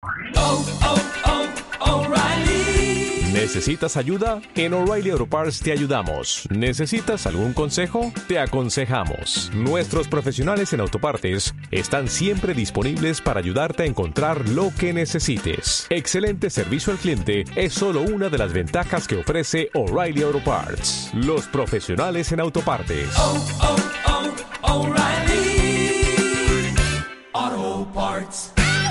O'Reilly. ¿Necesitas ayuda? En O'Reilly Auto Parts te ayudamos. ¿Necesitas algún consejo? Te aconsejamos. Nuestros profesionales en autopartes están siempre disponibles para ayudarte a encontrar lo que necesites. Excelente servicio al cliente es solo una de las ventajas que ofrece O'Reilly Auto Parts. Los profesionales en autopartes. O'Reilly Auto Parts.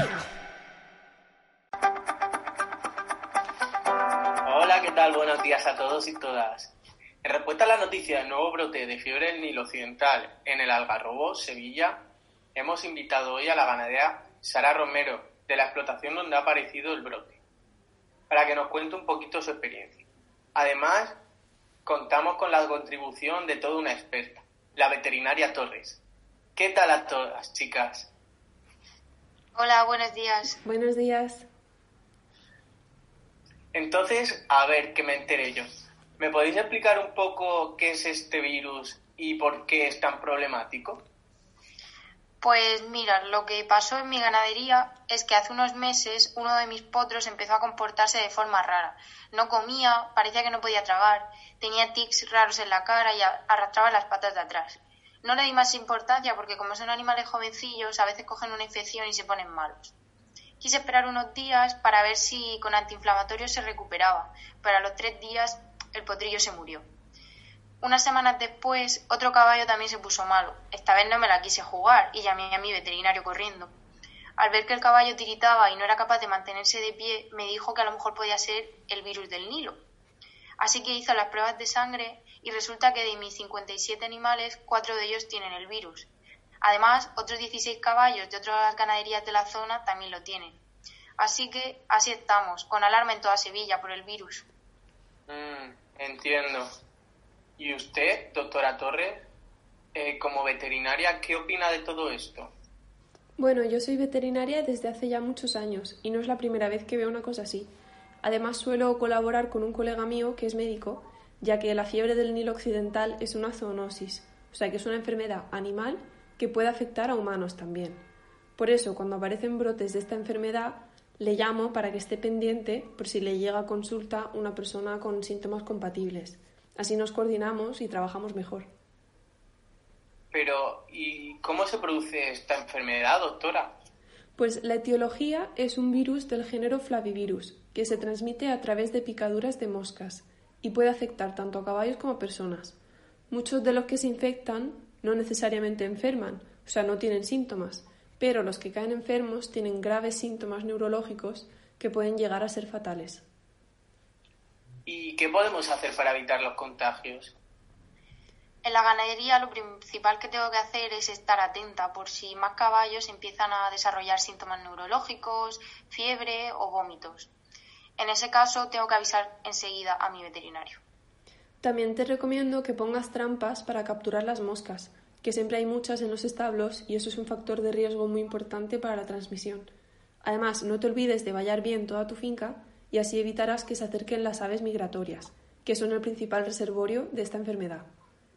Hola, ¿qué tal? Buenos días a todos y todas. En respuesta a la noticia del nuevo brote de fiebre del Nilo Occidental en el Algarrobo, Sevilla, hemos invitado hoy a la ganadera Sara Romero, de la explotación donde ha aparecido el brote, para que nos cuente un poquito su experiencia. Además, contamos con la contribución de toda una experta, la veterinaria Torres. ¿Qué tal a todas, chicas? Hola, buenos días. Buenos días. Entonces, a ver, que me entere yo. ¿Me podéis explicar un poco qué es este virus y por qué es tan problemático? Pues mira, lo que pasó en mi ganadería es que hace unos meses uno de mis potros empezó a comportarse de forma rara. No comía, parecía que no podía tragar, tenía tics raros en la cara y arrastraba las patas de atrás. No le di más importancia porque como son animales jovencillos, a veces cogen una infección y se ponen malos. Quise esperar unos días para ver si con antiinflamatorios se recuperaba, pero a los 3 días el potrillo se murió. Unas semanas después, otro caballo también se puso malo. Esta vez no me la quise jugar y llamé a mi veterinario corriendo. Al ver que el caballo tiritaba y no era capaz de mantenerse de pie, me dijo que a lo mejor podía ser el virus del Nilo. Así que hizo las pruebas de sangre y resulta que de mis 57 animales, 4 de ellos tienen el virus. Además, otros 16 caballos de otras ganaderías de la zona también lo tienen. Así que así estamos, con alarma en toda Sevilla por el virus. Entiendo. ¿Y usted, doctora Torres, como veterinaria, qué opina de todo esto? Bueno, yo soy veterinaria desde hace ya muchos años y no es la primera vez que veo una cosa así. Además, suelo colaborar con un colega mío que es médico, ya que la fiebre del Nilo Occidental es una zoonosis, o sea que es una enfermedad animal que puede afectar a humanos también. Por eso, cuando aparecen brotes de esta enfermedad, le llamo para que esté pendiente por si le llega a consulta una persona con síntomas compatibles. Así nos coordinamos y trabajamos mejor. Pero, ¿y cómo se produce esta enfermedad, doctora? Pues la etiología es un virus del género Flavivirus, que se transmite a través de picaduras de moscas y puede afectar tanto a caballos como a personas. Muchos de los que se infectan no necesariamente enferman, o sea, no tienen síntomas, pero los que caen enfermos tienen graves síntomas neurológicos que pueden llegar a ser fatales. ¿Y qué podemos hacer para evitar los contagios? En la ganadería lo principal que tengo que hacer es estar atenta por si más caballos empiezan a desarrollar síntomas neurológicos, fiebre o vómitos. En ese caso tengo que avisar enseguida a mi veterinario. También te recomiendo que pongas trampas para capturar las moscas, que siempre hay muchas en los establos y eso es un factor de riesgo muy importante para la transmisión. Además, no te olvides de vallar bien toda tu finca y así evitarás que se acerquen las aves migratorias, que son el principal reservorio de esta enfermedad.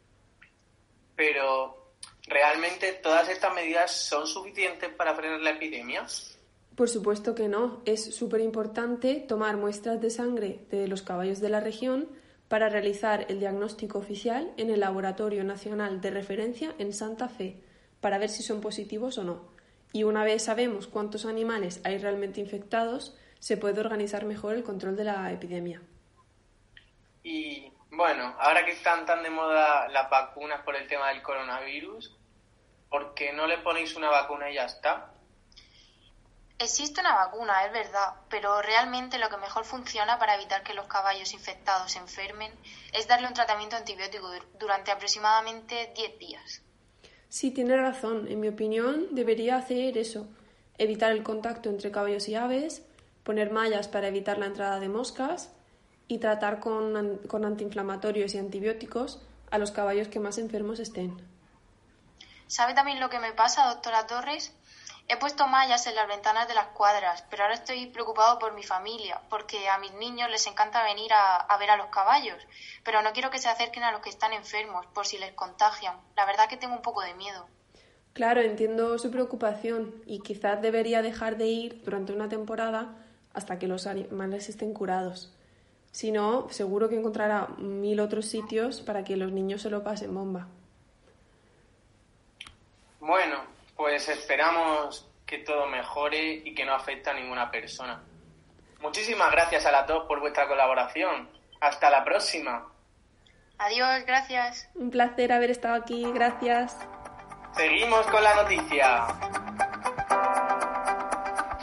Pero, ¿realmente todas estas medidas son suficientes para frenar la epidemia? Por supuesto que no. Es súper importante tomar muestras de sangre de los caballos de la región para realizar el diagnóstico oficial en el Laboratorio Nacional de Referencia en Santa Fe, para ver si son positivos o no. Y una vez sabemos cuántos animales hay realmente infectados, se puede organizar mejor el control de la epidemia. Y, bueno, ahora que están tan de moda las vacunas por el tema del coronavirus, ¿por qué no le ponéis una vacuna y ya está? Existe una vacuna, es verdad, pero realmente lo que mejor funciona para evitar que los caballos infectados se enfermen es darle un tratamiento antibiótico durante aproximadamente 10 días. Sí, tiene razón. En mi opinión, debería hacer eso. Evitar el contacto entre caballos y aves, poner mallas para evitar la entrada de moscas y tratar con antiinflamatorios y antibióticos a los caballos que más enfermos estén. ¿Sabe también lo que me pasa, doctora Torres? He puesto mallas en las ventanas de las cuadras, pero ahora estoy preocupado por mi familia, porque a mis niños les encanta venir a ver a los caballos, pero no quiero que se acerquen a los que están enfermos, por si les contagian. La verdad que tengo un poco de miedo. Claro, entiendo su preocupación y quizás debería dejar de ir durante una temporada hasta que los animales estén curados. Si no, seguro que encontrará 1000 otros sitios para que los niños se lo pasen bomba. Bueno, pues esperamos que todo mejore y que no afecte a ninguna persona. Muchísimas gracias a las dos por vuestra colaboración. Hasta la próxima. Adiós, gracias. Un placer haber estado aquí, gracias. Seguimos con la noticia.